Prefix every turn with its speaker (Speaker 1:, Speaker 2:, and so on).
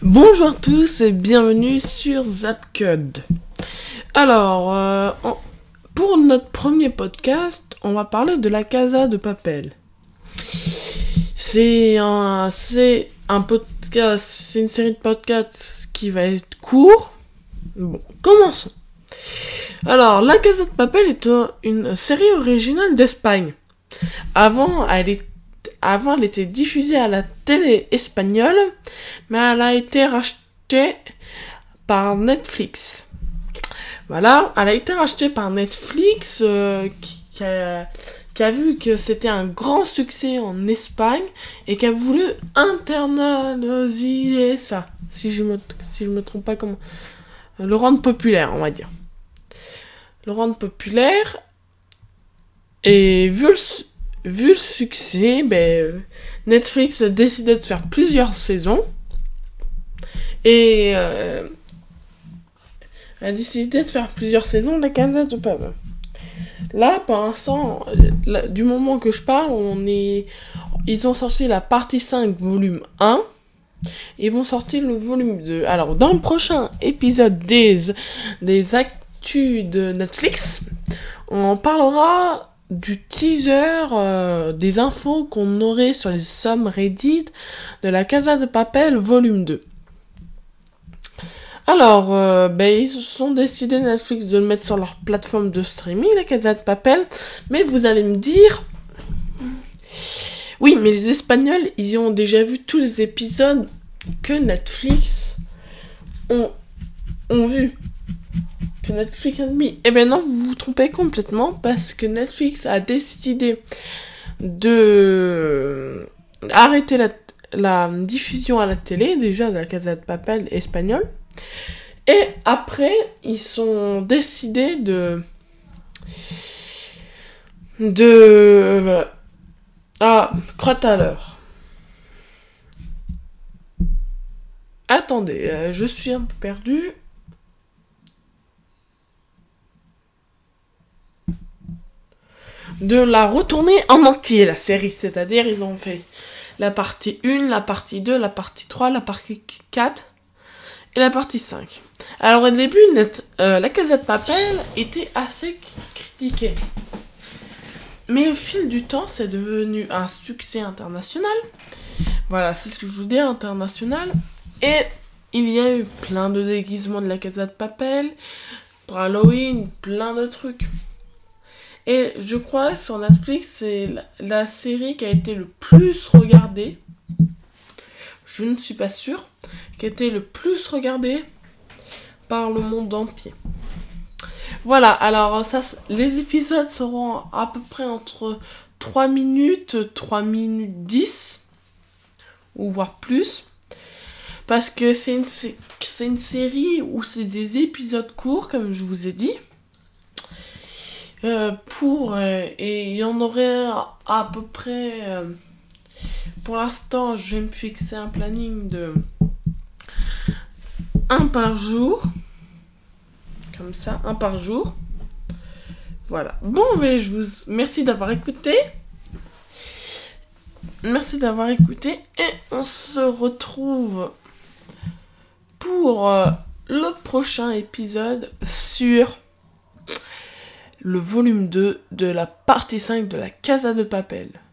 Speaker 1: Bonjour à tous et bienvenue sur Zapcode. Alors, pour notre premier podcast, on va parler de la Casa de Papel. C'est un podcast, c'est une série de podcasts qui va être court. Bon, commençons. Alors, la Casa de Papel est une série originale d'Espagne. Avant, elle était diffusée à la télé espagnole, mais elle a été rachetée par Netflix. Voilà, elle a été rachetée par Netflix, qui a vu que c'était un grand succès en Espagne et qui a voulu internaliser ça, si je me trompe pas, comment le rendre populaire, on va dire. Le rendre populaire, et vu le succès, Netflix a décidé de faire plusieurs saisons et a décidé de faire plusieurs saisons de la Casa de Papel. Là, pour l'instant, du moment que je parle, ils ont sorti la partie 5, volume 1, et ils vont sortir le volume 2. Alors, dans le prochain épisode des actus de Netflix, on parlera du teaser, des infos qu'on aurait sur les subreddits de la Casa de Papel volume 2. Alors, ils se sont décidés, Netflix, de le mettre sur leur plateforme de streaming, la Casa de Papel, mais vous allez me dire, oui, mais les Espagnols, ils ont déjà vu tous les épisodes que Netflix ont vu. Que Netflix a mis. Eh ben non, vous vous trompez complètement, parce que Netflix a décidé de arrêter la diffusion à la télé, déjà de la Casa de Papel espagnole, et après, ils sont décidés de crotte à l'heure. Attendez, je suis un peu perdu. De la retourner en entier, la série. C'est-à-dire, ils ont fait la partie 1, la partie 2, la partie 3, la partie 4 et la partie 5. Alors, au début, la Casa de Papel était assez critiquée. Mais au fil du temps, c'est devenu un succès international. Voilà, c'est ce que je vous dis, international. Et il y a eu plein de déguisements de la Casa de Papel. Pour Halloween, plein de trucs. Et je crois que sur Netflix, c'est la série qui a été le plus regardée. Je ne suis pas sûre. Qui a été le plus regardée par le monde entier. Voilà, alors les épisodes seront à peu près entre 3 minutes 10, ou voire plus. Parce que c'est une série où c'est des épisodes courts, comme je vous ai dit. Et il y en aurait à peu près, pour l'instant, je vais me fixer un planning de 1 par jour, comme ça, 1 par jour. Voilà. Bon, mais merci d'avoir écouté. Merci d'avoir écouté, et on se retrouve pour le prochain épisode sur le volume 2 de la partie 5 de la Casa de Papel.